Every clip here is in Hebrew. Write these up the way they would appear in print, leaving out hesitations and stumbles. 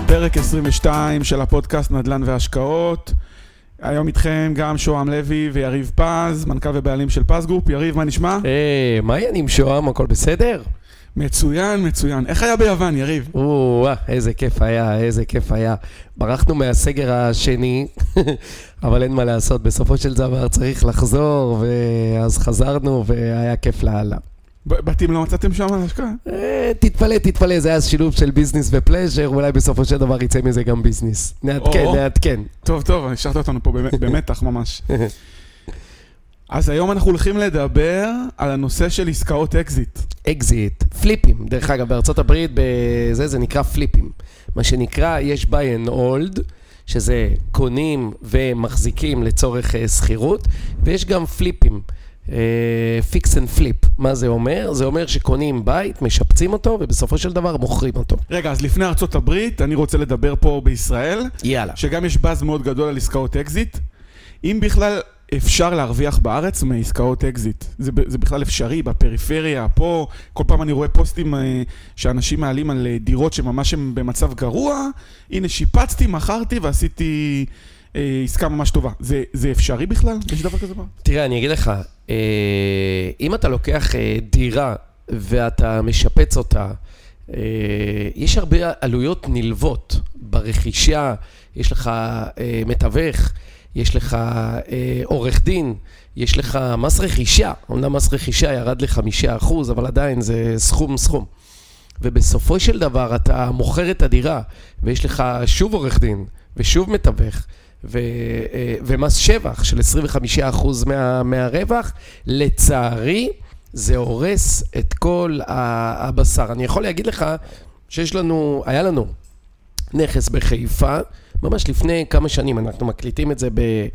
פרק 22 של הפודקאסט נדל"ן והשקעות. היום איתכם גם שוהם לוי ויריב פז, מנכ"ל ובעלים של פז גרופ. יריב, מה נשמע? מה העניינים שוהם? הכל בסדר? מצוין, מצוין. איך היה ביוון, יריב? איזה כיף היה, איזה כיף היה. ברחנו מהסגר השני, אבל אין מה לעשות. בסופו של דבר צריך לחזור, ואז חזרנו והיה כיף להלאה. בתים לא מצאתם שם על השקעה? תתפלא, זה היה שילוב של ביזנס ופלז'ר, אולי בסופו של דבר יצא מזה גם ביזנס. נעדכן. טוב, השארת אותנו פה במתח ממש. אז היום אנחנו הולכים לדבר על הנושא של עסקאות אקזיט, פליפים. דרך אגב, בארצות הברית זה נקרא פליפים. מה שנקרא, יש buy and hold, שזה קונים ומחזיקים לצורך סחירות, ויש גם פליפים. פיקס אנד פליפ. מה זה אומר? זה אומר שקונים בית, משפצים אותו, ובסופו של דבר מוכרים אותו. רגע, אז לפני ארצות הברית, אני רוצה לדבר פה בישראל. יאללה. שגם יש באז מאוד גדול על עסקאות אקזיט. אם בכלל אפשר להרוויח בארץ מעסקאות אקזיט. זה בכלל אפשרי, בפריפריה, פה. כל פעם אני רואה פוסטים שאנשים מעלים על דירות שממש הם במצב גרוע. הנה, שיפצתי, מכרתי ועשיתי עסקה ממש טובה. זה אפשרי בכלל? יש דבר כזה? תראה, אני אגיד לך, אם אתה לוקח דירה ואתה משפץ אותה, יש הרבה עלויות נלוות ברכישה, יש לך מתווך, יש לך עורך דין, יש לך מס רכישה, אומנם מס רכישה ירד ל5%, אבל עדיין זה סכום. ובסופו של דבר אתה מוכר את הדירה, ויש לך שוב עורך דין, ושוב מתווך, ומס שבח של 25% מהרווח, לצערי זה הורס את כל הבשר. אני יכול להגיד לך היה לנו נכס בחיפה, ממש לפני כמה שנים, אנחנו מקליטים את זה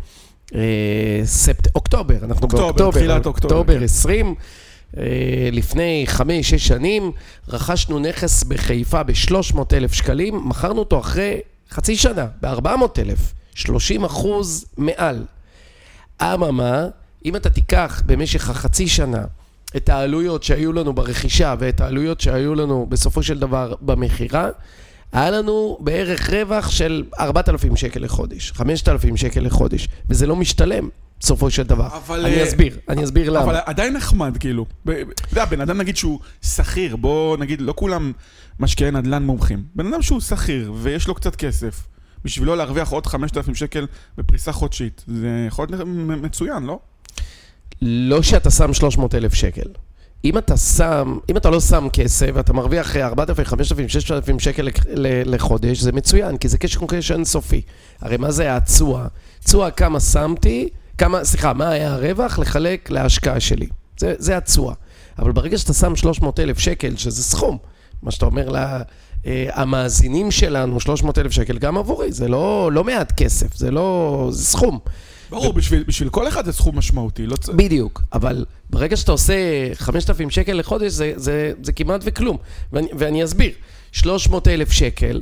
באוקטובר, אנחנו באוקטובר 20, לפני 5-6 שנים, רכשנו נכס בחיפה ב-300,000 שקלים, מכרנו אותו אחרי חצי שנה, ב-400,000, 30% מעל. אממה, אם אתה תיקח במשך החצי שנה את העלויות שהיו לנו ברכישה ואת העלויות שהיו לנו בסופו של דבר במחירה, היה לנו בערך רווח של 4,000 שקל לחודש, 5,000 שקל לחודש, וזה לא משתלם בסופו של דבר. אני אסביר למה. אבל עדיין נחמד, כאילו. בן אדם נגיד שהוא שכיר, בוא נגיד, לא כולם משקיעי נדל"ן מומחים. בן אדם שהוא שכיר ויש לו קצת כסף, בשבילו להרוויח עוד 5,000 שקל בפריסה חודשית. זה יכול להיות מצוין, לא? לא שאתה שם 300,000 שקל. אם אתה לא שם כסף, ואתה מרוויח 4,000, 5,000, 6,000 שקל לחודש, זה מצוין, כי זה קשר אינסופי. הרי מה זה התשואה? תשואה כמה שמתי, מה היה הרווח לחלק להשקעה שלי. זה התשואה. אבל ברגע שאתה שם 300,000 שקל, שזה סכום, מה שאתה אומר המאזינים שלנו, 300,000 שקל גם עבורי, זה לא מעט כסף, זה סכום. ברור, בשביל כל אחד זה סכום משמעותי. בדיוק, אבל ברגע שאתה עושה 5,000 שקל לחודש, זה כמעט וכלום. ואני אסביר, 300,000 שקל,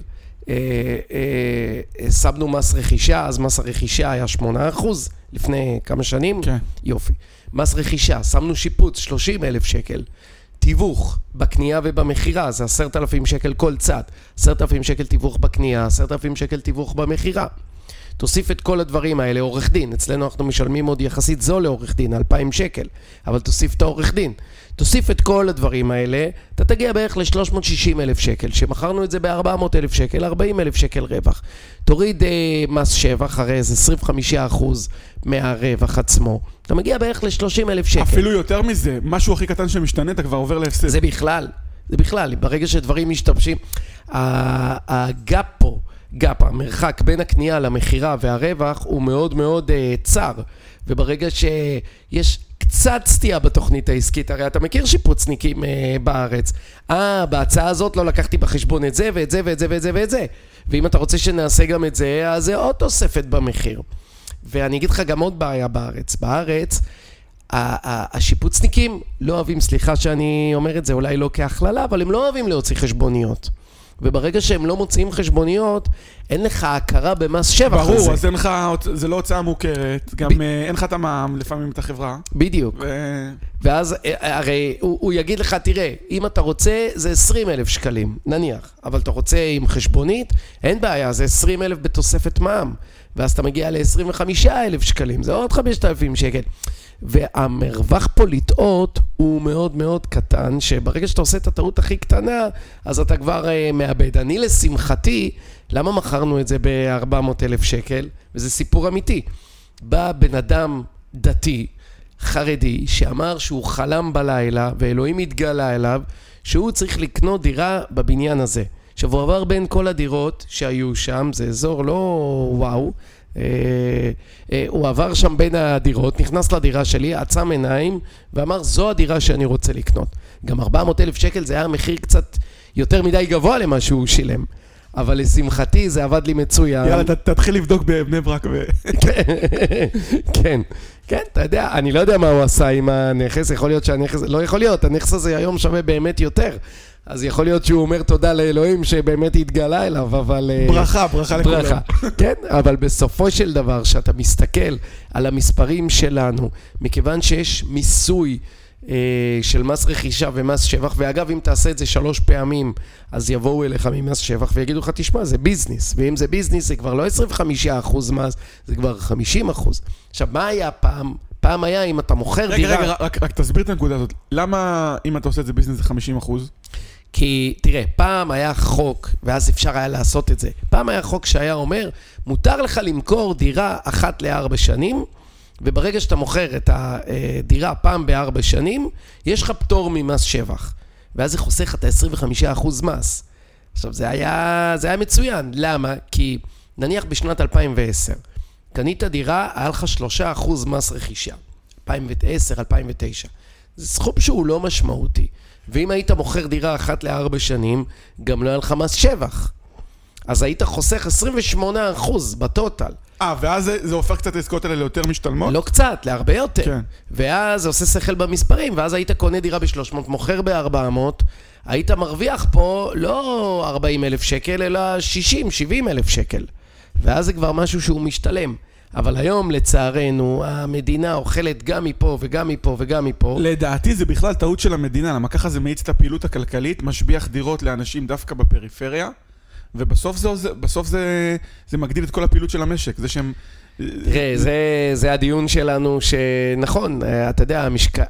שמנו מס רכישה, אז מס הרכישה היה 8% לפני כמה שנים. כן. יופי. מס רכישה, שמנו שיפוץ 30,000 שקל. תיווך בקנייה ובמחירה, זה 10,000 שקל כל צד. 10,000 שקל תיווך בקנייה, 10,000 שקל תיווך במחירה. תוסיף את כל הדברים האלה, עורך דין. אצלנו אנחנו משלמים עוד יחסית זול לעורך דין, 2,000 שקל. אבל תוסיף את העורך דין. תוסיף את כל הדברים האלה, אתה תגיע בערך ל-360,000 שקל, שמכרנו את זה ב-400,000 שקל, 40,000 שקל רווח. תוריד מס שבח, הרי זה 25% מהרווח עצמו. אתה מגיע בערך ל-30,000 שקל. אפילו יותר מזה, משהו הכי קטן שמשתנה, אתה כבר עובר להפסד. זה בכלל, ברגע שדברים משתבשים, הגאפ פה, המרחק בין הקנייה למחירה והרווח הוא מאוד מאוד צר, וברגע שיש קצת סטייה בתוכנית העסקית, הרי אתה מכיר שיפוצניקים בארץ, בהצעה הזאת לא לקחתי בחשבון את זה ואת זה ואת זה ואת זה ואת זה, ואם אתה רוצה שנעשה גם את זה, אז זה עוד תוספת במחיר. ואני אגיד לך גם עוד בעיה בארץ, השיפוצניקים לא אוהבים, סליחה שאני אומר את זה, אולי לא כהכללה, אבל הם לא אוהבים להוציא חשבוניות. וברגע שהם לא מוציאים חשבוניות, אין לך הכרה במס שבח הזה. ברור, אז אין לך, זה לא הוצאה מוכרת, גם אין לך את המע"מ, לפעמים את החברה. בדיוק. ואז הרי הוא יגיד לך, תראה, אם אתה רוצה זה 20,000 שקלים, נניח, אבל אתה רוצה עם חשבונית, אין בעיה, זה 20,000 בתוספת מע"מ, ואז אתה מגיע ל-25,000 שקלים, זה עוד 5,000 שקל. והמרווח פה לטעות הוא מאוד מאוד קטן, שברגע שאתה עושה את הטעות הכי קטנה, אז אתה כבר מאבד. אני לשמחתי, למה מכרנו את זה ב-400,000 שקל? וזה סיפור אמיתי. בא בן אדם דתי, חרדי, שאמר שהוא חלם בלילה, ואלוהים התגלה אליו, שהוא צריך לקנות דירה בבניין הזה. עכשיו הוא עבר בין כל הדירות שהיו שם, זה אזור לא וואו, הוא עבר שם בין הדירות, נכנס לדירה שלי, עצם עיניים, ואמר, זו הדירה שאני רוצה לקנות. גם 400,000 שקל זה היה מחיר קצת יותר מדי גבוה למה שהוא שילם. אבל לשמחתי זה עבד לי מצוין. יאללה, תתחיל לבדוק בבני ברק. כן, כן, אתה יודע, אני לא יודע מה הוא עשה עם הנכס, יכול להיות שהנכס, לא יכול להיות, הנכס הזה היום שווה באמת יותר. אז יכול להיות שהוא אומר תודה לאלוהים שבאמת התגלה אליו, אבל... ברכה לכולם. כן, אבל בסופו של דבר, שאתה מסתכל על המספרים שלנו, מכיוון שיש מיסוי של מס רכישה ומס שבח, ואגב, אם תעשה את זה 3 פעמים, אז יבואו אליך ממס שבח ויגידו לך, תשמע, זה ביזנס, ואם זה ביזנס, זה כבר לא 25% מס, זה כבר 50%. עכשיו, מה היה פעם? פעם היה, אם אתה מוכר דירה... רגע, רק תסביר את הנקודה הזאת. למה, אם אתה עושה את זה ביזנס, זה 50%? כי, תראה, פעם היה חוק, ואז אפשר היה לעשות את זה. פעם היה חוק שהיה אומר, מותר לך למכור דירה 1 ל4 שנים, וברגע שאתה מוכר את הדירה פעם ב4 שנים, יש לך פטור ממס שבח. ואז זה חוסך את ה-25% מס. עכשיו, זה היה מצוין. למה? כי נניח בשנת 2010, קנית דירה, היה לך 3% מס רכישה. 2010, 2009. זה סכום שהוא לא משמעותי. ואם היית מוכר דירה 1 ל4 שנים, גם לא היה לך מס שבח. אז היית חוסך 28% בטוטל. ואז זה הופך קצת העסקאות האלה ליותר משתלמות? לא קצת, להרבה יותר. כן. ואז זה עושה שכל במספרים, ואז היית קונה דירה ב-300, מוכר ב-400, היית מרוויח פה לא 40,000 שקל, אלא 60,000-70,000 שקל. ואז זה כבר משהו שהוא משתלם. אבל היום, לצערנו, המדינה אוכלת גם מפה וגם מפה וגם מפה. לדעתי זה בכלל טעות של המדינה, למה ככה זה מאיץ את הפעילות הכלכלית, משביח דירות לאנשים דווקא בפריפריה, ובסוף זה מגדיל את כל הפעילות של המשק. זה שהם... תראה, זה הדיון שלנו שנכון, אתה יודע,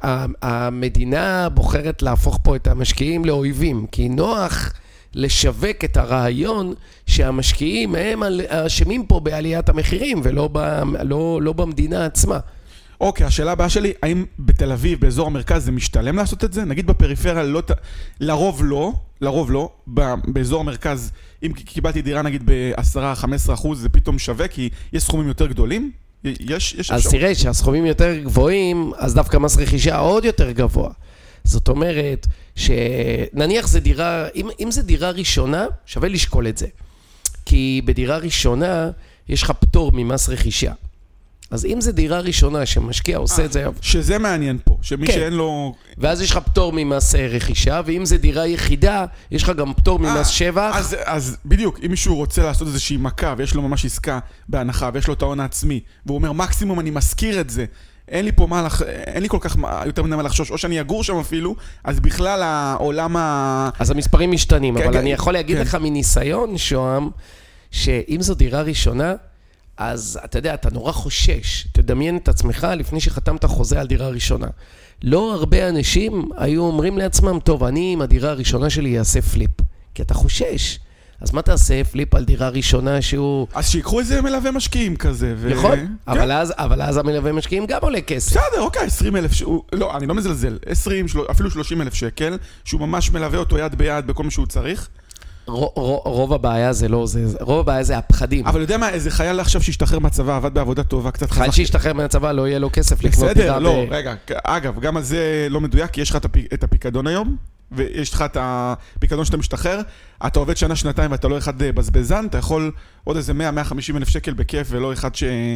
המדינה בוחרת להפוך פה את המשקיעים לאויבים, כי נוח לשווק את הרעיון שהמשקיעים הם אשמים פה בעליית המחירים, ולא במדינה עצמה. אוקיי, השאלה הבאה שלי, האם בתל אביב, באזור המרכז, זה משתלם לעשות את זה? נגיד בפריפריה, לרוב לא, באזור המרכז, אם קיבלתי דירה נגיד ב10-15%, זה פתאום שווה, כי יש סכומים יותר גדולים? אז תראה, שהסכומים יותר גבוהים, אז דווקא מס רכישה עוד יותר גבוה. זאת אומרת, שנניח זה דירה, אם זה דירה ראשונה, שווה לשקול את זה. כי בדירה ראשונה, יש לך פטור ממס רכישה. אז אם זה דירה ראשונה שמשקיע עושה את זה... שזה מעניין פה, שמי שאין לו... ואז יש לך פטור ממס רכישה, ואם זה דירה יחידה, יש לך גם פטור ממס שבח. אז בדיוק, אם מישהו רוצה לעשות איזושהי מכה, ויש לו ממש עסקה בהנחה, ויש לו את ההון העצמי, והוא אומר, מקסימום אני מזכיר את זה, אין לי כל כך יותר מדי מה לחשוש, או שאני אגור שם אפילו, אז בכלל העולם אז המספרים משתנים, אבל אני יכול להגיד לך מניסיון, שוהם, שאם זו דירה ראשונה, אז אתה יודע, אתה נורא חושש, תדמיין את עצמך לפני שחתמת חוזה על דירה ראשונה. לא הרבה אנשים היו אומרים לעצמם, טוב, אני עם הדירה הראשונה שלי אעשה פליפ, כי אתה חושש. אז מה תעשה פליפ על דירה ראשונה שהוא... אז שיקחו איזה מלווה משקיעים כזה. נכון, אבל אז המלווה משקיעים גם עולה כסף. בסדר, אוקיי, 20,000, לא, אני לא מזלזל, 20, אפילו 30,000 שקל, שהוא ממש מלווה אותו יד ביד בכל מה שהוא צריך. רוב הבעיה זה לא זה, רוב הבעיה זה הפחדים. אבל יודע מה, איזה חייל עכשיו שהשתחרר מהצבא, עבד בעבודה טובה, קצת חייל שהשתחרר מהצבא, לא יהיה לו כסף לקנות דירה. בסדר, לא, רגע, אגב, גם על זה לא מדויק, כי יש לך את הפיקדון היום, ויש לך את הפיקדון שאתה משתחרר, אתה עובד שנה-שנתיים ואתה לא אחד בזבזן, אתה יכול עוד איזה 100-150 אלף שקל בכיף, ולא אחד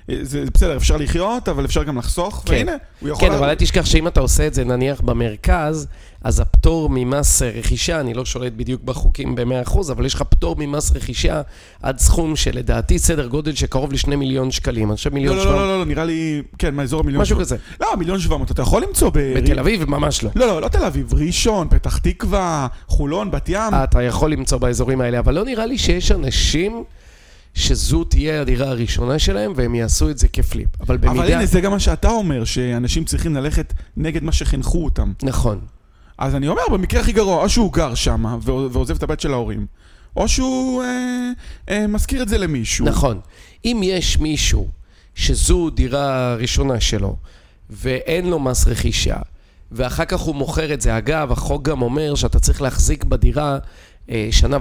זה בסדר, אפשר לחיות, אבל אפשר גם לחסוך, והנה, הוא יכול... כן, אבל אל תשכח שאם אתה עושה את זה נניח במרכז, אז הפטור ממס רכישה, אני לא שולט בדיוק בחוקים ב-100%, אבל יש לך פטור ממס רכישה עד סכום שלדעתי סדר גודל שקרוב ל2 מיליון שקלים. אני חושב מיליון 700. לא, נראה לי, כן, מהאזור מיליון 700. משהו כזה. לא, מיליון 700, אתה יכול למצוא בתל אביב, ממש לא. לא תל אביב, ראשון, פתח תקווה, חולון, בת ים. אתה יכול למצוא באזורים האלה, אבל לא נראה לי שיש אנשים שזו תהיה הדירה הראשונה שלהם, והם יעשו את זה כפליפ. אבל הנה, זה גם מה שאתה אומר, שאנשים צריכים ללכת נגד מה שחינכו אותם. נכון. אז אני אומר, במקרה הכי גרוע, או שהוא גר שם, ועוזב את הבית של ההורים, או שהוא מזכיר את זה למישהו. נכון. אם יש מישהו שזו דירה ראשונה שלו, ואין לו מס רכישה, ואחר כך הוא מוכר את זה, אגב, החוק גם אומר שאתה צריך להחזיק בדירה 1.5 שנה.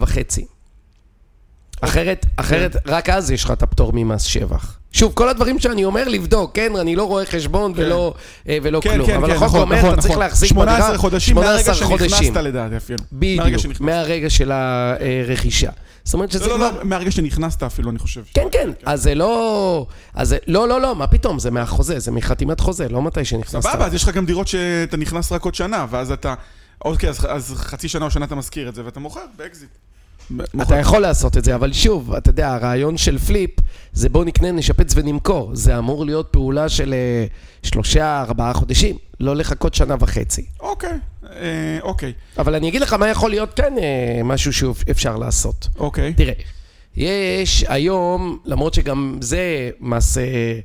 אחרת רק אז יש לך את הפטור ממס שבח. שוב, כל הדברים שאני אומר לבדוק, כן, אני לא רואה חשבון ולא כלום. אבל החוק אומר, אתה צריך להחזיק בדירה 18 חודשים, מהרגע שנכנסת לדעתי אפילו. בדיוק, מהרגע של הרכישה. זאת אומרת שזה כבר... לא, מהרגע שנכנסת אפילו, אני חושב. כן, אז זה לא... לא, מה פתאום, זה מהחוזה, זה מחתימת חוזה, לא מתי שנכנסת. סבבה, אז יש לך גם דירות שאתה נכנס רק עוד שנה, ואז אתה... אוקיי, אז חצי שנה או שנה אתה מזכיר את זה, ואתה מוכר באקזיט. אתה יכול לעשות את זה, אבל שוב, אתה יודע, הרעיון של פליפ, זה בוא נקנה, נשפץ ונמכור. זה אמור להיות פעולה של 3-4 חודשים, לא לחכות 1.5 שנה. אוקיי. אבל אני אגיד לך מה יכול להיות כאן משהו שאפשר לעשות. אוקיי. תראה, יש היום, למרות שגם זה מס,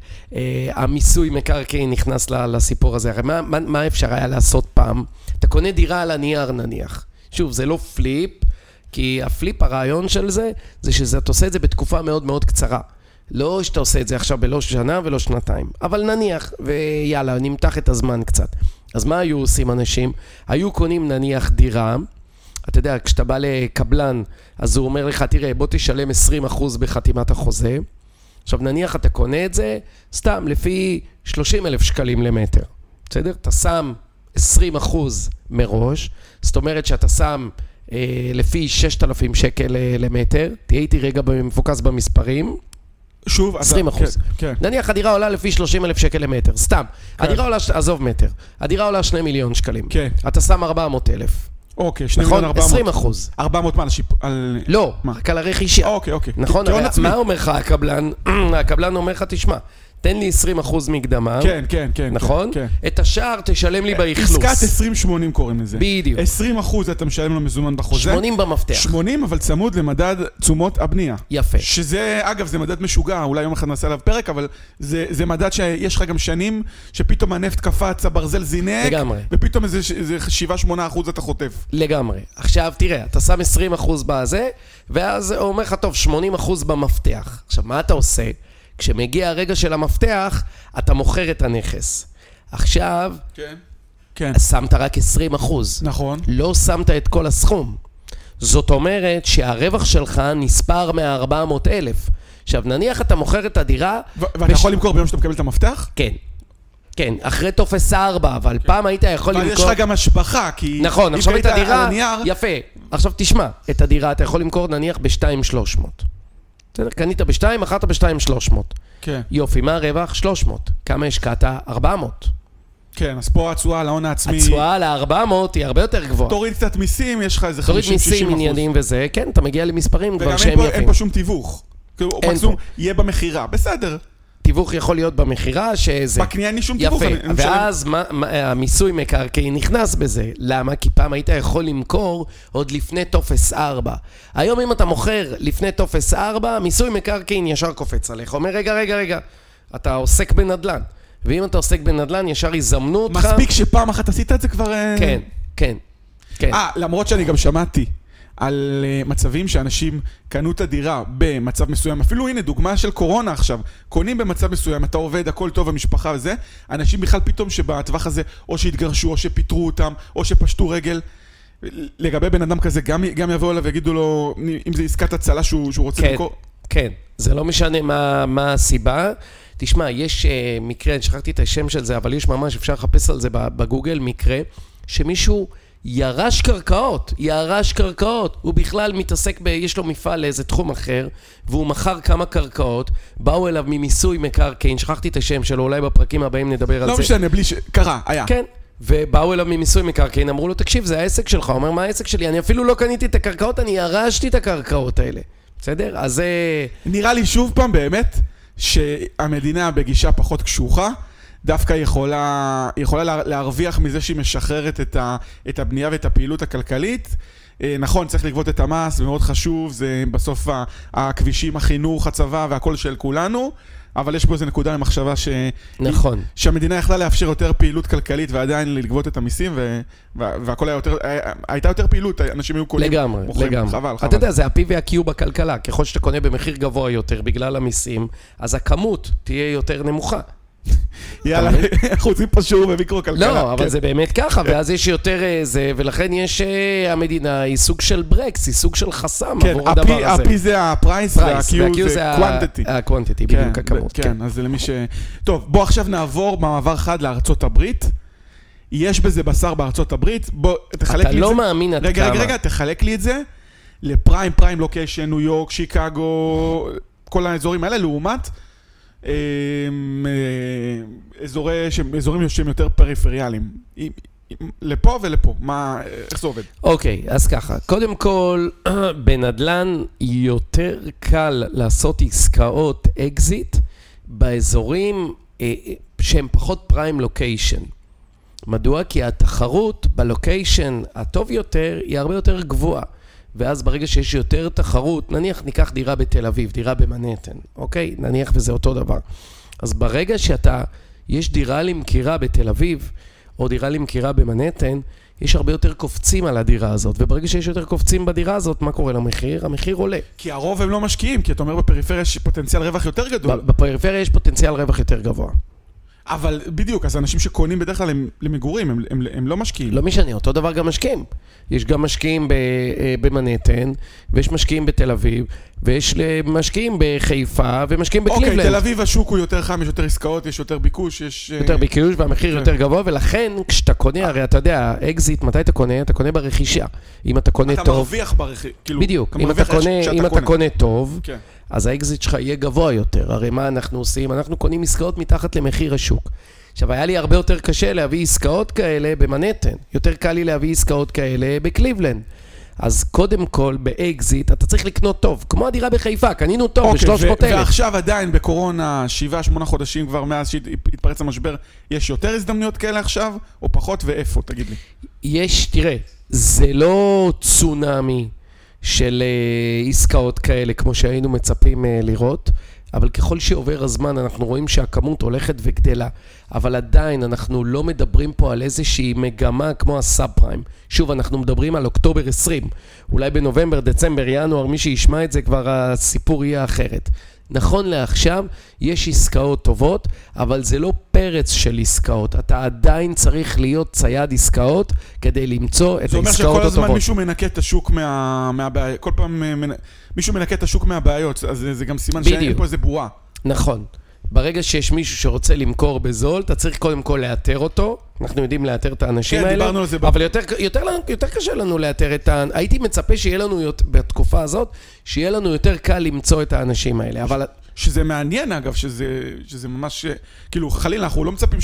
המיסוי מקרקעין נכנס לסיפור הזה. הרי מה אפשר היה לעשות פעם? אתה קונה דירה על הנייר נניח. שוב, זה לא פליפ, כי הפליפ, הרעיון של זה, זה שאתה עושה את זה בתקופה מאוד מאוד קצרה. לא שאתה עושה את זה עכשיו בלא שנה ולא שנתיים. אבל נניח, ויאללה, נמתח את הזמן קצת. אז מה היו עושים אנשים? היו קונים נניח דירה, אתה יודע, כשאתה בא לקבלן, אז הוא אומר לך, תראה, בוא תשלם 20% בחתימת החוזה. עכשיו נניח אתה קונה את זה, סתם, לפי 30,000 שקלים למטר. בסדר? אתה שם 20% מראש, זאת אומרת שאתה שם... לפי 6,000 שקל למטר, תהיה איתי רגע מפוקס במספרים, שוב, 20%. כן. נניח הדירה עולה לפי 30,000 שקל למטר, סתם. הדירה עולה, עזוב מטר, הדירה עולה 2 מיליון שקלים. אתה שם 400,000. אוקיי, 2 מיליון 400. 20%. 400 מה? לא, רק על הרכישה. אוקיי. נכון, מה אומר לך הקבלן? הקבלן אומר לך, תשמע, תן לי 20% מקדמה. כן. נכון? את השאר תשלם לי באכלוס. עסקת 20-80 קוראים לזה. בדיוק. 20% אתה משלם לו מזומן בחוזה. 80 במפתח. 80, אבל צמוד למדד תשומות הבנייה. יפה. שזה, אגב, זה מדד משוגע, אולי יום אחד נעשה עליו פרק, אבל זה מדד שיש לך גם שנים, שפתאום הנפט קפץ, הברזל זינק. לגמרי. ופתאום איזה 7-8% אתה חוטף. לגמרי. עכשיו, תראה, אתה שם 20% בזה, ואז הוא אומר לך, טוב, 80% במפתח. עכשיו, מה אתה עושה? כשמגיע הרגע של המפתח, אתה מוכר את הנכס. עכשיו, כן. שמת רק 20%. נכון. לא שמת את כל הסכום. זאת אומרת שהרווח שלך נספר מה-400,000. עכשיו, נניח אתה מוכר את הדירה... ואתה יכול למכור ביום שאתה מקבל את המפתח? כן, אחרי טופס 4, אבל פעם היית יכול למכור... אבל יש לך גם השבחה, כי... נכון, עכשיו את הדירה... יפה. עכשיו תשמע, את הדירה אתה יכול למכור נניח ב-2,300. קנית ב-2, אחרת ב-2,300. כן. יופי, מה הרווח? 300. כמה השקעת? 400. כן, אז פה התשואה להון העצמי... התשואה ל-400 היא הרבה יותר גבוהה. תוריד קצת מיסים, יש לך איזה 50-60%. תוריד מיסים, עניינים וזה, כן, אתה מגיע למספרים כבר שהם יפים. וגם אין פה שום תיווך. מקסימום יהיה במחירה, בסדר. תיווך יכול להיות במחירה שזה... בקנייה אין לי שום תיווך. יפה, ואז המיסוי מקרקעין נכנס בזה. למה? כי פעם היית יכול למכור עוד לפני טופס 4. היום אם אתה מוכר לפני טופס 4, מיסוי מקרקעין ישר קופץ עליך. אומר, רגע, אתה עוסק בנדלן. ואם אתה עוסק בנדלן, ישר יזמנו אותך... מספיק שפעם אחת עשית את זה כבר... כן. למרות שאני גם שמעתי על מצבים שאנשים קנו את הדירה במצב מסוים, אפילו הנה דוגמה של קורונה עכשיו, קונים במצב מסוים, אתה עובד, הכל טוב, המשפחה וזה, אנשים בכלל פתאום שבטווח הזה או שהתגרשו, או שפיטרו אותם, או שפשטו רגל, לגבי בן אדם כזה, גם יבואו אליו ויגידו לו, אם זה עסקת הצלה שהוא רוצה למכור. כן, זה לא משנה מה הסיבה. תשמע, יש מקרה, אני שכחתי את השם של זה, אבל יש ממש, אפשר לחפש על זה בגוגל, מקרה שמישהו ירש קרקעות, הוא בכלל מתעסק יש לו מפעל לאיזה תחום אחר, והוא מכר כמה קרקעות, באו אליו ממיסוי מקרקעין, שכחתי את השם שלו, אולי בפרקים הבאים נדבר על זה. לא משנה, בלי קרה, היה. כן, ובאו אליו ממיסוי מקרקעין, אמרו לו, תקשיב, זה העסק שלך, הוא אומר, מה העסק שלי? אני אפילו לא קניתי את הקרקעות, אני ירשתי את הקרקעות האלה. בסדר? אז זה... נראה לי שוב פעם באמת, שהמדינה בגישה פחות קשוחה, דווקא יכולה להרוויח מזה שהיא משחררת את הבנייה ואת הפעילות הכלכלית. נכון, צריך לגבות את המס, זה מאוד חשוב, זה בסוף הכבישים, החינוך, הצבא והכל של כולנו, אבל יש פה איזו נקודה למחשבה נכון. שהמדינה יכלה לאפשר יותר פעילות כלכלית ועדיין לגבות את המיסים, והכל היה יותר, הייתה יותר פעילות, אנשים היו קונים. לגמרי. חבל. אתה יודע, זה ה-P וה-Q בכלכלה, ככל שאתה קונה במחיר גבוה יותר בגלל המיסים, אז הכמות תהיה יותר נמוכה. יאללה, אנחנו רוצים פה שיעור במיקרו-כלכלה. לא, אבל זה באמת ככה, ואז יש יותר זה, ולכן יש המדינה, היא סוג של ברקס, היא סוג של חסם עבור הדבר הזה. ה-P זה הפרייס, וה-Q זה quantity. ה-quantity, בדיוק הכמות. כן, אז זה למי ש... טוב, בוא עכשיו נעבור במעבר חד לארצות הברית. יש בזה בשר בארצות הברית. בוא, תחלק לי את זה. אתה לא מאמין עד כמה. רגע, תחלק לי את זה לפריים לוקיישן, ניו יורק, שיקגו, כל האזורים האלה, לעומת אזורים שהם יותר פריפריאליים. לפה ולפה. איך זה עובד? אוקיי, אז ככה. קודם כל, בנדלן יותר קל לעשות עסקאות אקזיט באזורים שהם פחות פריים לוקיישן. מדוע? כי התחרות בלוקיישן הטוב יותר היא הרבה יותר גבוהה. ואז ברגע שיש יותר תחרות, נניח ניקח דירה בתל אביב, דירה במנהטן, אוקיי? נניח וזה אותו דבר. אז ברגע יש דירה למכירה בתל אביב, או דירה למכירה במנהטן, יש הרבה יותר קופצים על הדירה הזאת, וברגע שיש יותר קופצים בדירה הזאת, מה קורה למחיר? המחיר עולה. כי הרוב הם לא משקיעים, כי אתה אומר בפריפריה יש פוטנציאל רווח יותר גדול. בפריפריה יש פוטנציאל רווח יותר גבוה. אבל בדיוק, אז אנשים שקונים בדרך כלל למגורים, הם לא משקיעים. לא משנה, אותו דבר גם משקיעים. יש גם משקיעים במנהטן, ויש משקיעים בתל אביב, ויש משקיעים בחיפה, ומשקיעים בקליבלנד. אוקיי, תל אביב השוק הוא יותר חם, יש יותר עסקאות, יש יותר ביקוש, יש... יותר ביקוש, והמחיר יותר גבוה, ולכן כשאתה קונה, הרי אתה יודע, אקזיט, מתי אתה קונה? אתה קונה ברכישה. אם אתה קונה טוב... אתה מרוויח ברכישה, כאילו... בדיוק, אם אתה קונה טוב, אז האקזיט שלך יהיה גבוה יותר. הרי מה אנחנו עושים? אנחנו קונים עסקאות מתחת למחיר השוק. עכשיו, היה לי הרבה יותר קשה להביא עסקאות כאלה במנהטן. יותר קל לי להביא עסקאות כאלה בקליבלנד. אז קודם כל, באקזיט, אתה צריך לקנות טוב. כמו הדירה בחיפה, קנינו טוב ב-300,000. ועכשיו עדיין בקורונה, 7-8 חודשים כבר מאז שהתפרץ המשבר, יש יותר הזדמנויות כאלה עכשיו, או פחות, ואיפה, תגיד לי? יש, תראה, זה לא צונאמי של עסקאות כאלה, כמו שהיינו מצפים לראות, אבל ככל שעובר הזמן אנחנו רואים שהכמות הולכת וגדלה, אבל עדיין אנחנו לא מדברים פה על איזושהי מגמה כמו הסאב פריים. שוב, אנחנו מדברים על אוקטובר 20, אולי בנובמבר, דצמבר, ינואר, מי שישמע את זה כבר הסיפור יהיה אחרת. נכון לעכשיו, יש עסקאות טובות, אבל זה לא פרץ של עסקאות. אתה עדיין צריך להיות צייד עסקאות כדי למצוא את העסקאות הטובות. זה אומר שכל הזמן מישהו מנקה את השוק מהבעיות. כל פעם מישהו מנקה את השוק מהבעיות, אז זה גם סימן שאין פה איזה בועה. נכון. ברגע שיש מישהו שרוצה למכור בזול, אתה צריך קודם כל לאתר אותו. אנחנו יודעים לאתר את האנשים האלה. כן, דיברנו על זה. אבל יותר קשה לנו לאתר את הייתי מצפה שיהיה לנו בתקופה הזאת, שיהיה לנו יותר קל למצוא את האנשים האלה. אבל... שזה מעניין אגב, שזה ממש, כאילו חלילה, אנחנו לא מצפים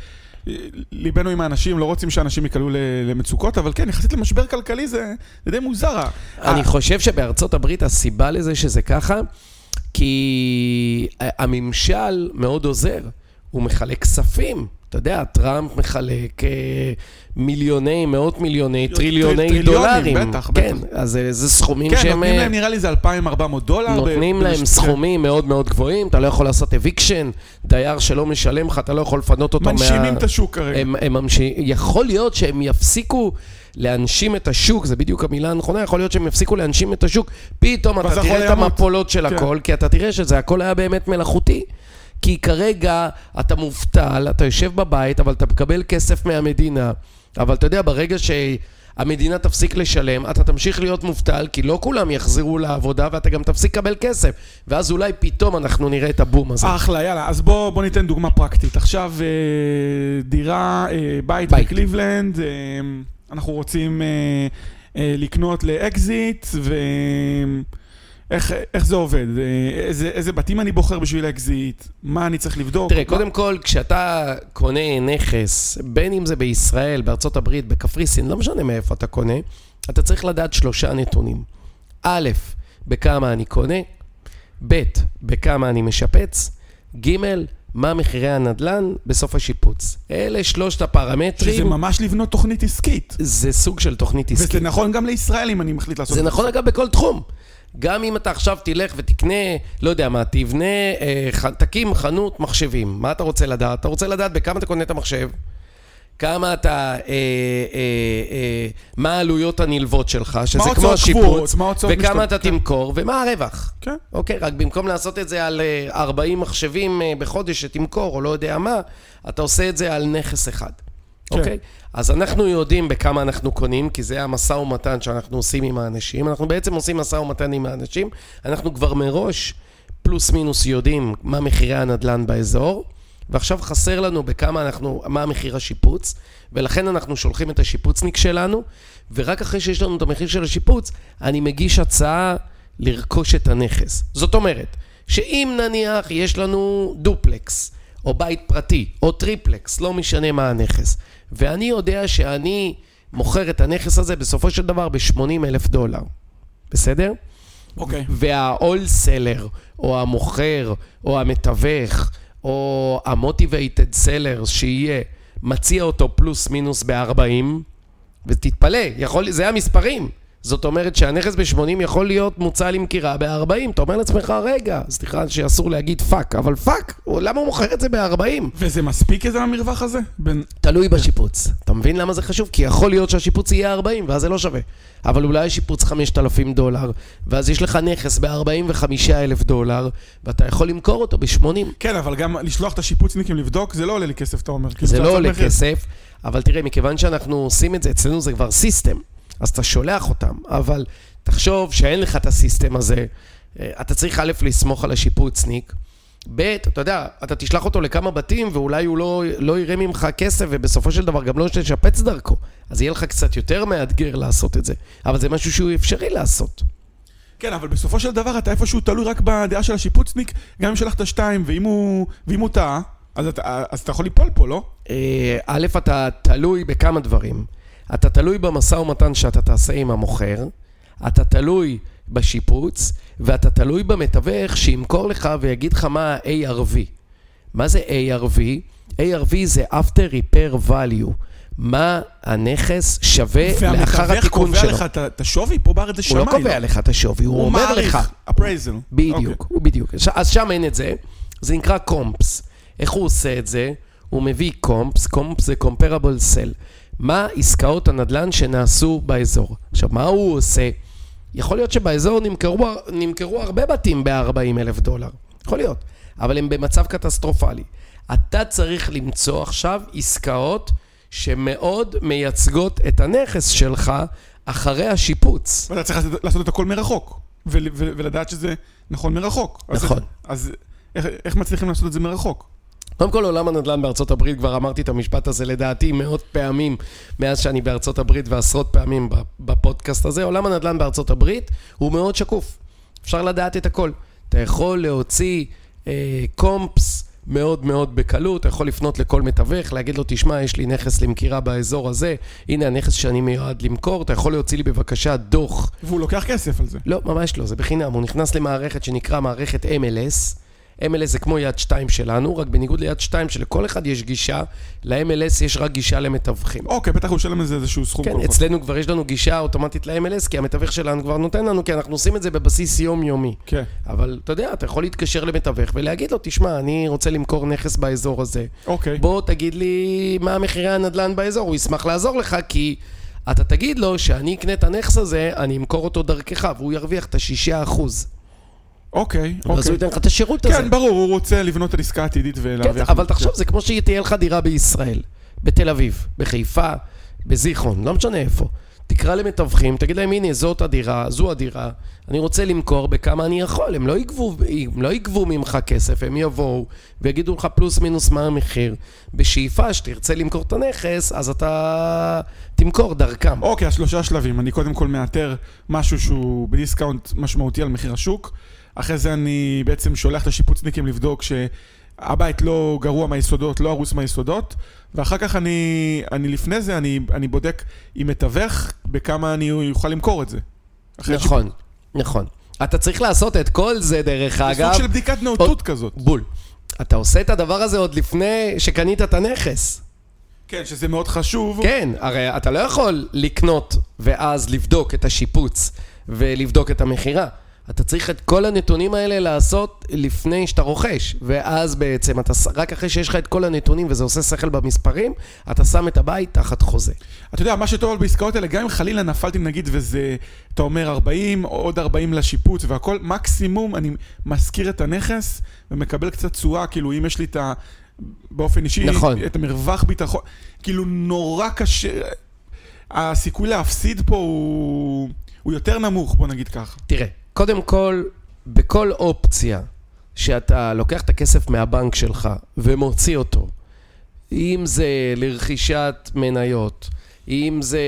ליבנו עם האנשים, לא רוצים שאנשים יקלו למצוקות, אבל כן, יחסית למשבר כלכלי זה די מוזר. אני חושב שבארצות הברית הסיבה לזה שזה ככה, כי הממשל מאוד עוזר, הוא מחלק כספים. אתה יודע, טראמפ מחלק מיליוני, מאות מיליוני, טריליוני דולרים. בטח. כן, אז זה סכומים שהם... כן, נותנים להם, נראה לי זה $2,400. נותנים להם סכומים מאוד מאוד גבוהים, אתה לא יכול לעשות אביקשן, דייר שלא משלם לך, אתה לא יכול לפנות אותו מנשימים את השוק כרגע. יכול להיות שהם יפסיקו להנשים את השוק, זה בדיוק המילה הנכונה, יכול להיות שהם יפסיקו להנשים את השוק, פתאום אתה תראה את המפולות של הכל, כי אתה תראה שזה הכל היה באמת מלאכותי. כי כרגע אתה מובטל, אתה יושב בבית, אבל אתה מקבל כסף מהמדינה. אבל אתה יודע, ברגע שהמדינה תפסיק לשלם, אתה תמשיך להיות מובטל, כי לא כולם יחזרו לעבודה, ואתה גם תפסיק לקבל כסף. ואז אולי פתאום אנחנו נראה את הבום הזה. אחלה, יאללה. אז בוא ניתן דוגמה פרקטית. עכשיו, דירה, בית בקליבלנד, אנחנו רוצים לקנות לאקזיט, איך זה עובד? איזה בתים אני בוחר בשביל אקזיט? מה אני צריך לבדוק? תראה, קודם כל, כשאתה קונה נכס, בין אם זה בישראל, בארצות הברית, בקפריסין, לא משנה מאיפה אתה קונה, אתה צריך לדעת 3 נתונים. א', בכמה אני קונה, ב', בכמה אני משפץ, ג', מה מחירי הנדלן בסוף השיפוץ. אלה 3 הפרמטרים. שזה ממש לבנות תוכנית עסקית. זה סוג של תוכנית עסקית. וזה נכון גם לישראל אם אני מחליט לעשות זה נכון אגב בכל תחום. גם אם אתה עכשיו תלך ותקנה, לא יודע מה, תבנה, תקים חנות מחשבים. מה אתה רוצה לדעת? אתה רוצה לדעת בכמה אתה קונה את המחשב, כמה אתה, מה העלויות הנלוות שלך, שזה כמו השיפוץ, וכמה אתה תמכור, ומה הרווח. כן. אוקיי, רק במקום לעשות את זה על 40 מחשבים בחודש שתמכור, או לא יודע מה, אתה עושה את זה על נכס אחד. אוקיי? אז אנחנו יודעים בכמה אנחנו קונים, כי זה המשא ומתן שאנחנו עושים עם האנשים. אנחנו בעצם עושים משא ומתן עם האנשים. אנחנו כבר מראש פלוס מינוס יודעים מה מחירי הנדלן באזור, ועכשיו חסר לנו בכמה מה המחיר השיפוץ, ולכן אנחנו שולחים את השיפוצניק שלנו, ורק אחרי שיש לנו את המחיר של השיפוץ, אני מגיש הצעה לרכוש את הנכס. זאת אומרת, שאם נניח יש לנו דופלקס, או בית פרטי, או טריפלקס, לא משנה מה הנכס, ואני יודע שאני מוכר את הנכס הזה בסופו של דבר $80,000. בסדר? אוקיי. וההולסלר, או המוכר, או המתווך, או המוטיבייטד סלר שיהיה, מציע אותו פלוס מינוס ב-40, ותתפלא, זה המספרים. זאת אומרת שהנכס ב-80 יכול להיות מוצע למכירה ב-40. אתה אומר לעצמך, רגע, סליחה שאסור להגיד פאק, אבל פאק, למה הוא מוכר את זה ב-40? וזה מספיק איזה המרווח הזה? תלוי בשיפוץ. אתה מבין למה זה חשוב? כי יכול להיות שהשיפוץ יהיה 40, ואז זה לא שווה. אבל אולי השיפוץ $5,000, ואז יש לך נכס ב-$45,000, ואתה יכול למכור אותו ב-80. כן, אבל גם לשלוח את השיפוצניקים לבדוק, זה לא עולה לי כסף, אתה אומר. זה לא עולה כסף, אבל תראה, מכיוון שאנחנו עושים את זה, אצלנו זה כבר סיסטם. אז אתה שולח אותם, אבל תחשוב שאין לך את הסיסטם הזה, אתה צריך א' לסמוך על השיפוצניק, ב', אתה יודע, אתה תשלח אותו לכמה בתים, ואולי הוא לא יראה ממך כסף, ובסופו של דבר גם לא תשפץ דרכו, אז יהיה לך קצת יותר מאתגר לעשות את זה, אבל זה משהו שהוא אפשרי לעשות. כן, אבל בסופו של דבר אתה איפשהו תלוי רק בדעה של השיפוצניק, גם אם שלחת 2, ואם הוא טעה, אז אתה יכול ליפול פה, לא? א', אתה תלוי בכמה דברים. אתה תלוי במשא ומתן שאתה תעשה עם המוכר, אתה תלוי בשיפוץ, ואתה תלוי במתווך שימכור לך ויגיד לך מה ה-ARV. מה זה ARV? ARV זה After Repair Value. מה הנכס שווה לאחר התיקון שלו. והמתווך קובע לך את השווי? פה בארץ זה שמיים. הוא לא קובע לך את השווי, הוא אומר לך. appraisal. בדיוק, בדיוק. אז שם אין את זה, זה נקרא קומפס. איך הוא עושה את זה? הוא מביא קומפס, קומפס זה Comparable Sell. מה עסקאות הנדלן שנעשו באזור. עכשיו, מה הוא עושה? יכול להיות שבאזור נמכרו הרבה בתים ב$40,000. יכול להיות. אבל הם במצב קטסטרופלי. אתה צריך למצוא עכשיו עסקאות שמאוד מייצגות את הנכס שלך אחרי השיפוץ. ואתה צריך לעשות את הכל מרחוק. ולדעת שזה נכון מרחוק. נכון. אז איך מצליחים לעשות את זה מרחוק? קודם כל, עולם הנדל"ן בארצות הברית, כבר אמרתי את המשפט הזה לדעתי מאות פעמים מאז שאני בארצות הברית ועשרות פעמים בפודקאסט הזה. עולם הנדל"ן בארצות הברית הוא מאוד שקוף. אפשר לדעת את הכל. אתה יכול להוציא קומפס מאוד מאוד בקלות, אתה יכול לפנות לכל מתווך, להגיד לו, תשמע, יש לי נכס למכירה באזור הזה, הנה הנכס שאני מיועד למכור, אתה יכול להוציא לי בבקשה דוח. והוא לוקח כסף על זה. לא, ממש לא, זה בחינם. הוא נכנס למערכת שנקרא מערכת MLS, MLS זה כמו יד 2 שלנו, רק בניגוד ליד 2 שלכל אחד יש גישה, ל-MLS יש רק גישה למתווכים. אוקיי, בטח הוא שלם לזה איזשהו סכום. כן, אצלנו כבר יש לנו גישה אוטומטית ל-MLS, כי המתווך שלנו כבר נותן לנו, כי אנחנו עושים את זה בבסיס יומיומי. כן. אבל אתה יודע, אתה יכול להתקשר למתווך ולהגיד לו, תשמע, אני רוצה למכור נכס באזור הזה. אוקיי. בוא תגיד לי מה מחירי הנדל"ן באזור, הוא ישמח לעזור לך, כי אתה תגיד לו שאני אקנה את הנכס הזה, אני אמכור אותו דרכך, והוא ירוויח את ה6%. אוקיי. אז הוא ייתן לך את השירות הזה. כן, ברור, הוא רוצה לבנות על עסקה עתידית ולהרוויח. כן, אבל תחשוב, זה כמו שתהיה לך דירה בישראל, בתל אביב, בחיפה, בזיכרון, לא משנה איפה. תקרא למתווכים, תגיד להם, הנה, זאת הדירה, זו הדירה, אני רוצה למכור בכמה אני יכול, הם לא יגבו ממך כסף, הם יבואו ויגידו לך פלוס מינוס מה המחיר. בשאיפה שתרצה למכור את הנכס, אז אתה תמכור דרכם. אוקיי, 3 שלבים. אני קודם כל מאתר משהו שהוא בדיסקאונט משמעותי על מחיר השוק. אחרי זה אני בעצם שולח את השיפוצניקים לבדוק שהבית לא גרוע מהיסודות, לא הרוס מהיסודות. ואחר כך אני לפני זה, אני בודק עם מתווך בכמה אני יוכל למכור את זה. נכון, נכון. אתה צריך לעשות את כל זה דרך אגב. סוג של בדיקת נאותות כזאת. בול. אתה עושה את הדבר הזה עוד לפני שקנית את הנכס. כן, שזה מאוד חשוב. כן, הרי אתה לא יכול לקנות ואז לבדוק את השיפוץ ולבדוק את המחירה. אתה צריך את כל הנתונים האלה לעשות לפני שאתה רוכש, ואז בעצם אתה, רק אחרי שיש לך את כל הנתונים וזה עושה שכל במספרים, אתה שם את הבית תחת חוזה. אתה יודע, מה שטוב על בעסקאות האלה, גם אם חלילה נפלתי נגיד וזה, אתה אומר 40 או עוד 40 לשיפוץ והכל, מקסימום אני מזכיר את הנכס ומקבל קצת צורה, כאילו אם יש לי את באופן אישי, נכון. את המרווח ביטחון, כאילו נורא קשה, הסיכוי להפסיד פה הוא יותר נמוך, בוא נגיד ככה. תראה, קודם כל, בכל אופציה שאתה לוקח את הכסף מהבנק שלך ומוציא אותו, אם זה לרכישת מניות, אם זה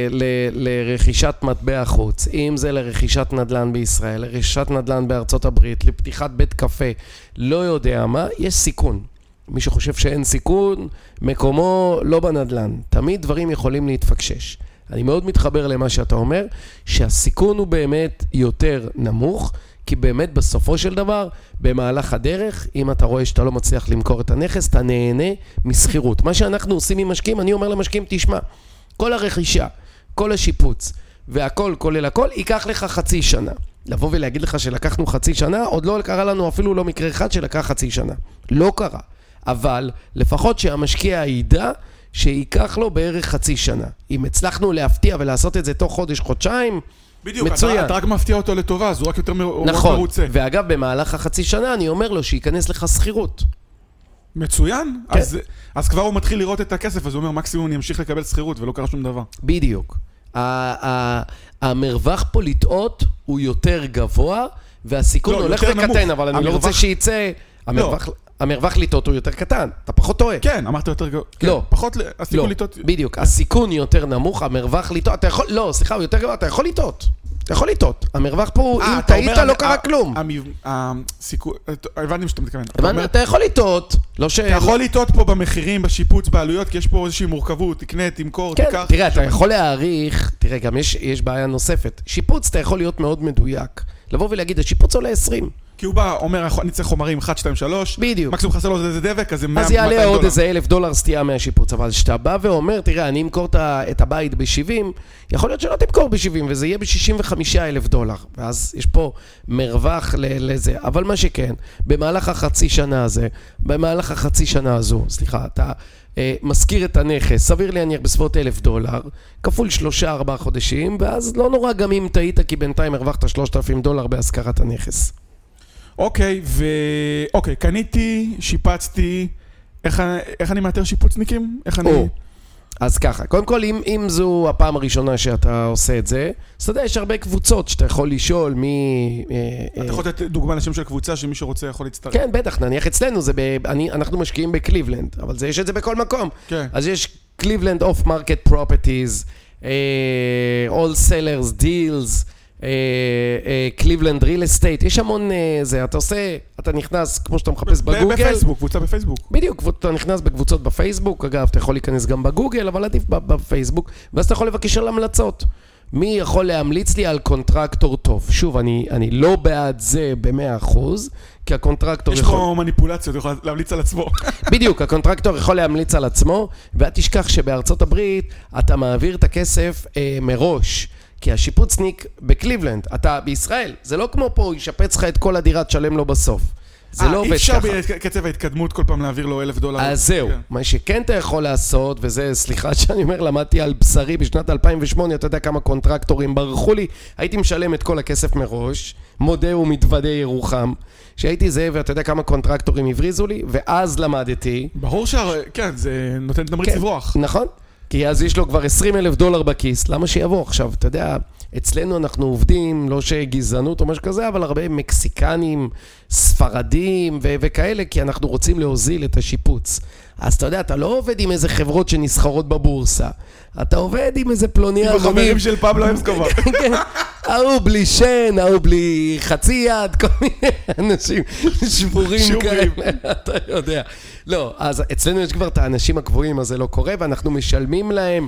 לרכישת מטבע חוץ, אם זה לרכישת נדל"ן בישראל, לרכישת נדל"ן בארצות הברית, לפתיחת בית קפה, לא יודע מה, יש סיכון. מי שחושב שאין סיכון, מקומו לא בנדל"ן. תמיד דברים יכולים להתפקשש. אני מאוד מתחבר למה שאתה אומר, שהסיכון הוא באמת יותר נמוך, כי באמת בסופו של דבר, במהלך הדרך, אם אתה רואה שאתה לא מצליח למכור את הנכס, אתה נהנה מסחירות. מה שאנחנו עושים עם משקיעים, אני אומר למשקיעים, תשמע, כל הרכישה, כל השיפוץ, והכל, כולל הכל, ייקח לך חצי שנה. לבוא ולהגיד לך שלקחנו חצי שנה, עוד לא קרה לנו אפילו לא מקרה אחד שלקח חצי שנה. לא קרה. אבל לפחות שהמשקיע ידע שייקח לו בערך חצי שנה. אם הצלחנו להפתיע ולעשות את זה תוך חודש, חודשיים, בדיוק, מצוין. אתה רק מפתיע אותו לטובה, אז הוא רק יותר נכון. מרוצה. ואגב, במהלך החצי שנה אני אומר לו שייכנס לך שכירות. מצוין. כן. אז כבר הוא מתחיל לראות את הכסף, אז הוא אומר, מקסימום אני אמשיך לקבל שכירות, ולא קרה שום דבר. בדיוק. המרווח פה לטעות הוא יותר גבוה, והסיכון הולך וקטן, אבל אני לא רוצה שייצא... המרווח לטעות הוא יותר קטן, אתה פחות טועה. כן, אמרת יותר גבוה. לא. פחות הסיכון לטעות. בדיוק, הסיכון יותר נמוך, המרווח לטעות, אתה יכול, לא, סליחה, הוא יותר גבוה, אתה יכול לטעות. אתה יכול לטעות. המרווח פה, אם טעית, לא קרה כלום. הסיכון, הבנתי שאתה מתכוון. אתה יכול לטעות, לא ש... אתה יכול לטעות פה במחירים, בשיפוץ, בעלויות, כי יש פה איזושהי מורכבות, תקנה, תמכור, כן, תיקח. תראה, אתה יכול להעריך, תראה, גם יש בעיה נוספת. שיפוץ, אתה יכול להיות מאוד מדויק. לבוא ולהגיד, השיפוץ עולה 20. כי הוא בא, אומר, אני צריך חומרים 1, 2, 3. בדיוק. מקסימום חסר לו איזה דבק, אז זה 100, אז יעלה עוד איזה $1,000 סטייה מהשיפוץ. אבל שאתה בא ואומר, תראה, אני אמכור את הבית ב-70, יכול להיות שלא תמכור ב-70, וזה יהיה ב-$65,000. ואז יש פה מרווח לזה. אבל מה שכן, במהלך החצי שנה הזו, סליחה, אתה מזכיר את הנכס, סביר להניח בסביבות $1,000, כפול 3-4 חודשים, ואז לא נורא גם אם טעית, כי בינתיים הרווחת $3,000 בהשכרת הנכס. אוקיי, קניתי, שיפצתי, איך אני מאתר שיפוצניקים? אז ככה, קודם כל, אם זו הפעם הראשונה שאתה עושה את זה, אז אתה יודע, יש הרבה קבוצות שאתה יכול לשאול מי... אתה יכול לתת דוגמה לשם של קבוצה שמי שרוצה יכול להצטרף. כן, בטח, נניח אצלנו, אנחנו משקיעים בקליבלנד, אבל יש את זה בכל מקום. כן. אז יש קליבלנד אוף מרקט פרופרטיז, all sellers deals, קליבלנד ריל אסטייט, יש המון זה, אתה נכנס כמו שאתה מחפש בגוגל. בפייסבוק, קבוצה בפייסבוק. בדיוק, אתה נכנס בקבוצות בפייסבוק, אגב, אתה יכול להיכנס גם בגוגל, אבל עדיף בפייסבוק, ואז אתה יכול לבקש על המלצות. מי יכול להמליץ לי על קונטרקטור טוב? שוב, אני לא בעד זה ב100%, כי הקונטרקטור יש פה מניפולציות, הוא יכול להמליץ על עצמו. בדיוק, הקונטרקטור יכול להמליץ על עצמו, ואת תשכח שבארצות הברית אתה מעביר את הכסף מראש. כי השיפוצניק בקליבלנד, אתה בישראל, זה לא כמו פה, ישפץ לך את כל הדירה, תשלם לו בסוף. זה לא עובד ככה. אי אפשר בקצב ההתקדמות כל פעם להעביר לו $1,000. אז זהו, מה שכן אתה יכול לעשות, וזה, סליחה שאני אומר, למדתי על בשרי בשנת 2008, אתה יודע כמה קונטרקטורים ברחו לי, הייתי משלם את כל הכסף מראש, מודה ומתוודה ירוחם, שהייתי זה, ואתה יודע כמה קונטרקטורים הבריזו לי, ואז למדתי. ברור כן, זה נותן תמריץ לברוח. נכון. כי אז יש לו כבר $20,000 בכיס, למה שיבוא עכשיו? אתה יודע, אצלנו אנחנו עובדים, לא שגזענות או משהו כזה, אבל הרבה מקסיקנים, ספרדים וכאלה, כי אנחנו רוצים להוזיל את השיפוץ. אז אתה יודע, אתה לא עובד עם איזה חברות שנסחרות בבורסה, אתה עובד עם איזה פלוני עם החברים של פבלו אסקובר. ההוא בלי שן, ההוא בלי חצי יד, כל מיני אנשים שבורים כאלה, אתה יודע. לא, אז אצלנו יש כבר את האנשים הקבועים, אז זה לא קורה, ואנחנו משלמים להם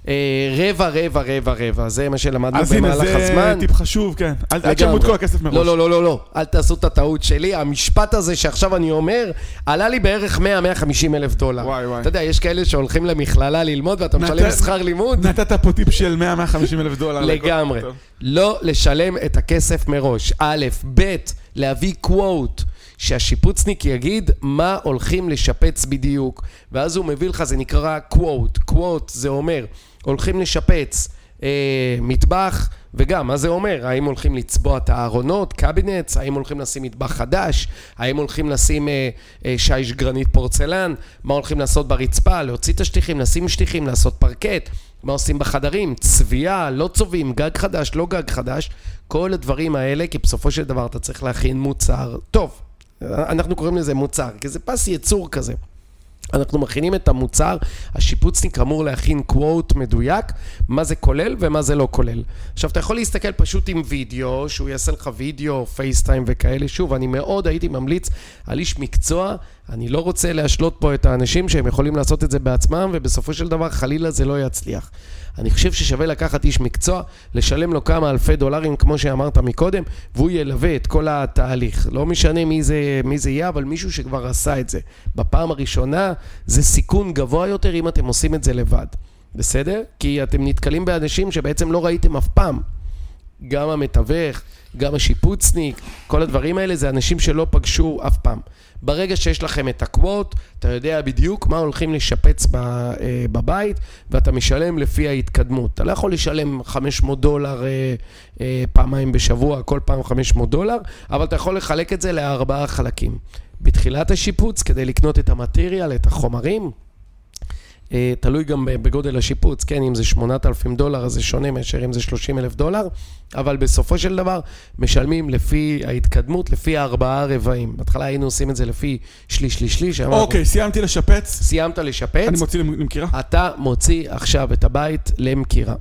רבע, זה מה שלמדנו במהלך הזמן. אז הנה, זה טיפ חשוב, כן. אל תשלמו את כל הכסף מראש. לא, אל תעשו את הטעות שלי. המשפט הזה שעכשיו אני אומר, עלה לי בערך $150,000. וואי. אתה יודע, יש כאלה שהולכים למכללה ללמוד, ואתה משלם שכר לימוד. נתת פה טיפ של $150,000. לגמרי. לא לשלם את הכסף מראש. א', ב', להביא קוואט. שהשיפוצניק יגיד מה הולכים לשפץ בדיוק, ואז הוא מביא לך, זה נקרא קוואט. קוואט זה אומר, הולכים לשפץ מטבח, וגם, מה זה אומר? האם הולכים לצבוע את הארונות, קבינטס, האם הולכים לשים מטבח חדש, האם הולכים לשים שיש גרנית פורצלן, מה הולכים לעשות ברצפה, להוציא את השטיחים, לשים שטיחים, לעשות פרקט, מה עושים בחדרים, צביעה, לא צובעים, גג חדש, לא גג חדש, כל הדברים האלה, כי בסופו של דבר אתה צריך להכין מוצר טוב. אנחנו קוראים לזה מוצר, כי זה פס יצור כזה. אנחנו מכינים את המוצר, השיפוצניק אמור להכין קוואט מדויק, מה זה כולל ומה זה לא כולל. עכשיו, אתה יכול להסתכל פשוט עם וידאו, שהוא יעשה לך וידאו, פייסטיים וכאלה. שוב, אני מאוד הייתי ממליץ על איש מקצוע, אני לא רוצה להשלות פה את האנשים שהם יכולים לעשות את זה בעצמם, ובסופו של דבר חלילה זה לא יצליח. אני חושב ששווה לקחת איש מקצוע, לשלם לו כמה אלפי דולרים, כמו שאמרת מקודם, והוא ילווה את כל התהליך. לא משנה מי זה יהיה, אבל מישהו שכבר עשה את זה. בפעם הראשונה, זה סיכון גבוה יותר אם אתם עושים את זה לבד. בסדר? כי אתם נתקלים באנשים שבעצם לא ראיתם אף פעם. גם המתווך, גם השיפוצניק, כל הדברים האלה זה אנשים שלא פגשו אף פעם. ברגע שיש לכם את הקוואט, אתה יודע בדיוק מה הולכים לשפץ בבית, ואתה משלם לפי ההתקדמות. אתה לא יכול לשלם $500 פעמיים בשבוע, כל פעם $500, אבל אתה יכול לחלק את זה ל4 חלקים. בתחילת השיפוץ, כדי לקנות את המטריאל, את החומרים, תלוי גם בגודל השיפוץ, כן, אם זה $8,000, אז זה שונה מאשר אם זה $30,000, אבל בסופו של דבר משלמים לפי ההתקדמות, לפי 4 רבעים. בהתחלה היינו עושים את זה לפי שליש. אוקיי, סיימתי לשפץ. סיימת לשפץ. אני מוציא למכירה. אתה מוציא עכשיו את הבית למכירה.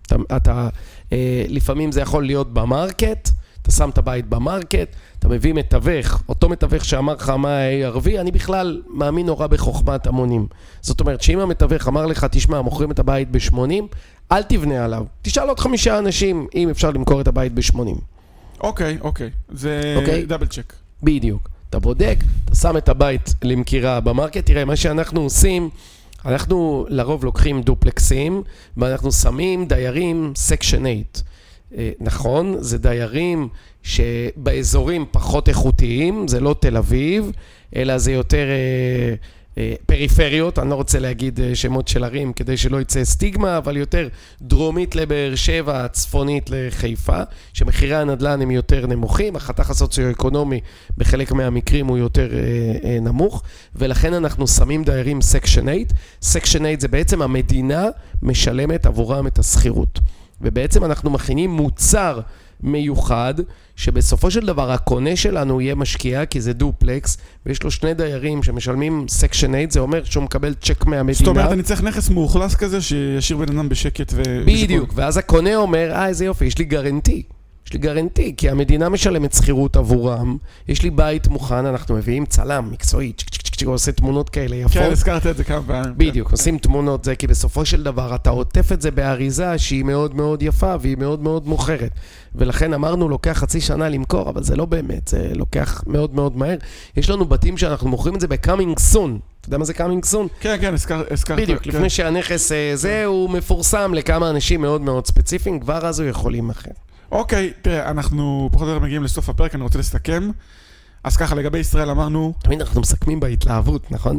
לפעמים זה יכול להיות במרקט, אתה שם את הבית במרקט, אתה מביא מתווך, אותו מתווך שאמר לך מה ARV, אני בכלל מאמין נורא בחוכמת המונים. זאת אומרת, שאם המתווך אמר לך, תשמע, מוכרים את הבית ב-80, אל תבנה עליו. תשאל עוד 5 אנשים אם אפשר למכור את הבית ב-80. אוקיי. זה דאבל צ'ק. בדיוק. אתה בודק, אתה שם את הבית למכירה במרקט, תראה, מה שאנחנו עושים, אנחנו לרוב לוקחים דופלקסים, ואנחנו שמים דיירים סקשן 8. נכון, זה דיירים שבאזורים פחות איכותיים, זה לא תל אביב, אלא זה יותר פריפריות, אני לא רוצה להגיד שמות של ערים כדי שלא יצא סטיגמה, אבל יותר דרומית לבאר שבע, צפונית לחיפה, שמחירי הנדל"ן הם יותר נמוכים, החתך הסוציו-אקונומי בחלק מהמקרים הוא יותר נמוך, ולכן אנחנו שמים דיירים סקשן 8. סקשן 8 זה בעצם המדינה משלמת עבורם את הסחירות. ובעצם אנחנו מכינים מוצר מיוחד, שבסופו של דבר הקונה שלנו יהיה משקיע, כי זה דופלקס, ויש לו 2 דיירים שמשלמים סקשן 8, זה אומר שהוא מקבל צ'ק מהמדינה. זאת אומרת, אני צריך נכס מאוכלס כזה, שישאיר בן אדם בשקט בדיוק, ואז הקונה אומר, איזה יופי, יש לי גרנטי, כי המדינה משלמת שכירות עבורם, יש לי בית מוכן, אנחנו מביאים צלם מקצועי, עושה תמונות כאלה יפות. כן, הזכרת את זה כמה פעמים. בדיוק, עושים תמונות זה, כי בסופו של דבר אתה עוטף את זה באריזה שהיא מאוד מאוד יפה, והיא מאוד מאוד מוכרת. ולכן אמרנו, לוקח חצי שנה למכור, אבל זה לא באמת, זה לוקח מאוד מאוד מהר. יש לנו בתים שאנחנו מוכרים את זה ב-coming soon. אתה יודע מה זה coming soon? כן, הזכרת. בדיוק, לפני שהנכס זה, הוא מפורסם לכמה אנשים מאוד מאוד ספציפיים, כבר אז הוא יכול להימכר. אוקיי, תראה, אנחנו פחות או יותר מגיעים לסוף הפרק, אני רוצה לסכם. אז ככה, לגבי ישראל אמרנו... תמיד אנחנו מסכמים בהתלהבות, נכון?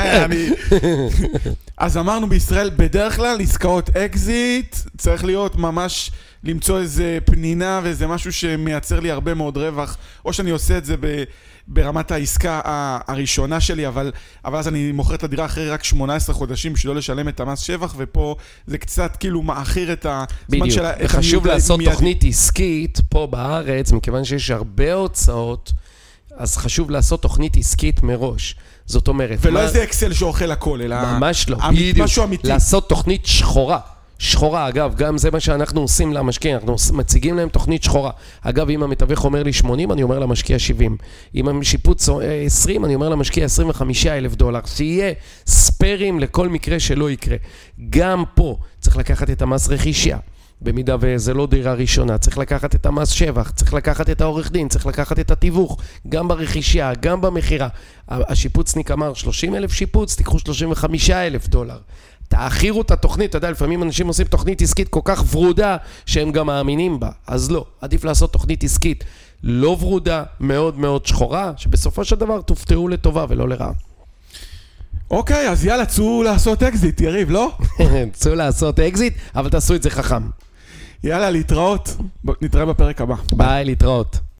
אז אמרנו בישראל, בדרך כלל, עסקאות אקזיט, צריך להיות ממש למצוא איזה פנינה ואיזה משהו שמייצר לי הרבה מאוד רווח, או שאני עושה את זה ברמת העסקה הראשונה שלי, אבל אז אני מוכר את הדירה אחרי רק 18 חודשים בשביל לא לשלם את המס שבח, ופה זה קצת כאילו מאחיר את הזמן של... בדיוק, וחשוב לעשות תוכנית עסקית פה בארץ, מכיוון שיש הרבה הוצאות, אז חשוב לעשות תוכנית עסקית מראש. זאת אומרת... ולא איזה אקסל שאוכל הכל, אלא... ממש לא, בדיוק. משהו אמיתי. לעשות תוכנית שחורה. שחורה, אגב, גם זה מה שאנחנו עושים למשקיע, אנחנו מציגים להם תוכנית שחורה. אגב, אם המתווך אומר לי 80, אני אומר למשקיע 70. אם השיפוץ 20, אני אומר למשקיע 25,000 דולר. שיהיה ספרים לכל מקרה שלא יקרה. גם פה צריך לקחת את המס רכישה. במידה וזה לא דירה ראשונה, צריך לקחת את המס שבח, צריך לקחת את העורך דין, צריך לקחת את התיווך, גם ברכישה, גם במחירה. השיפוצניק אמר 30,000 שיפוץ, תיקחו 35,000 דולר. תאחירו את התוכנית, אתה יודע, לפעמים אנשים עושים תוכנית עסקית כל כך ורודה, שהם גם מאמינים בה. אז לא, עדיף לעשות תוכנית עסקית לא ורודה, מאוד מאוד שחורה, שבסופו של דבר תופתעו לטובה ולא לרעה. אוקיי, אז יאללה, צאו לעשות אקזיט, יריב, לא? צאו לעשות אקזיט, אבל תעשו את זה חכם. יאללה, להתראות. נתראה בפרק הבא. ביי, להתראות.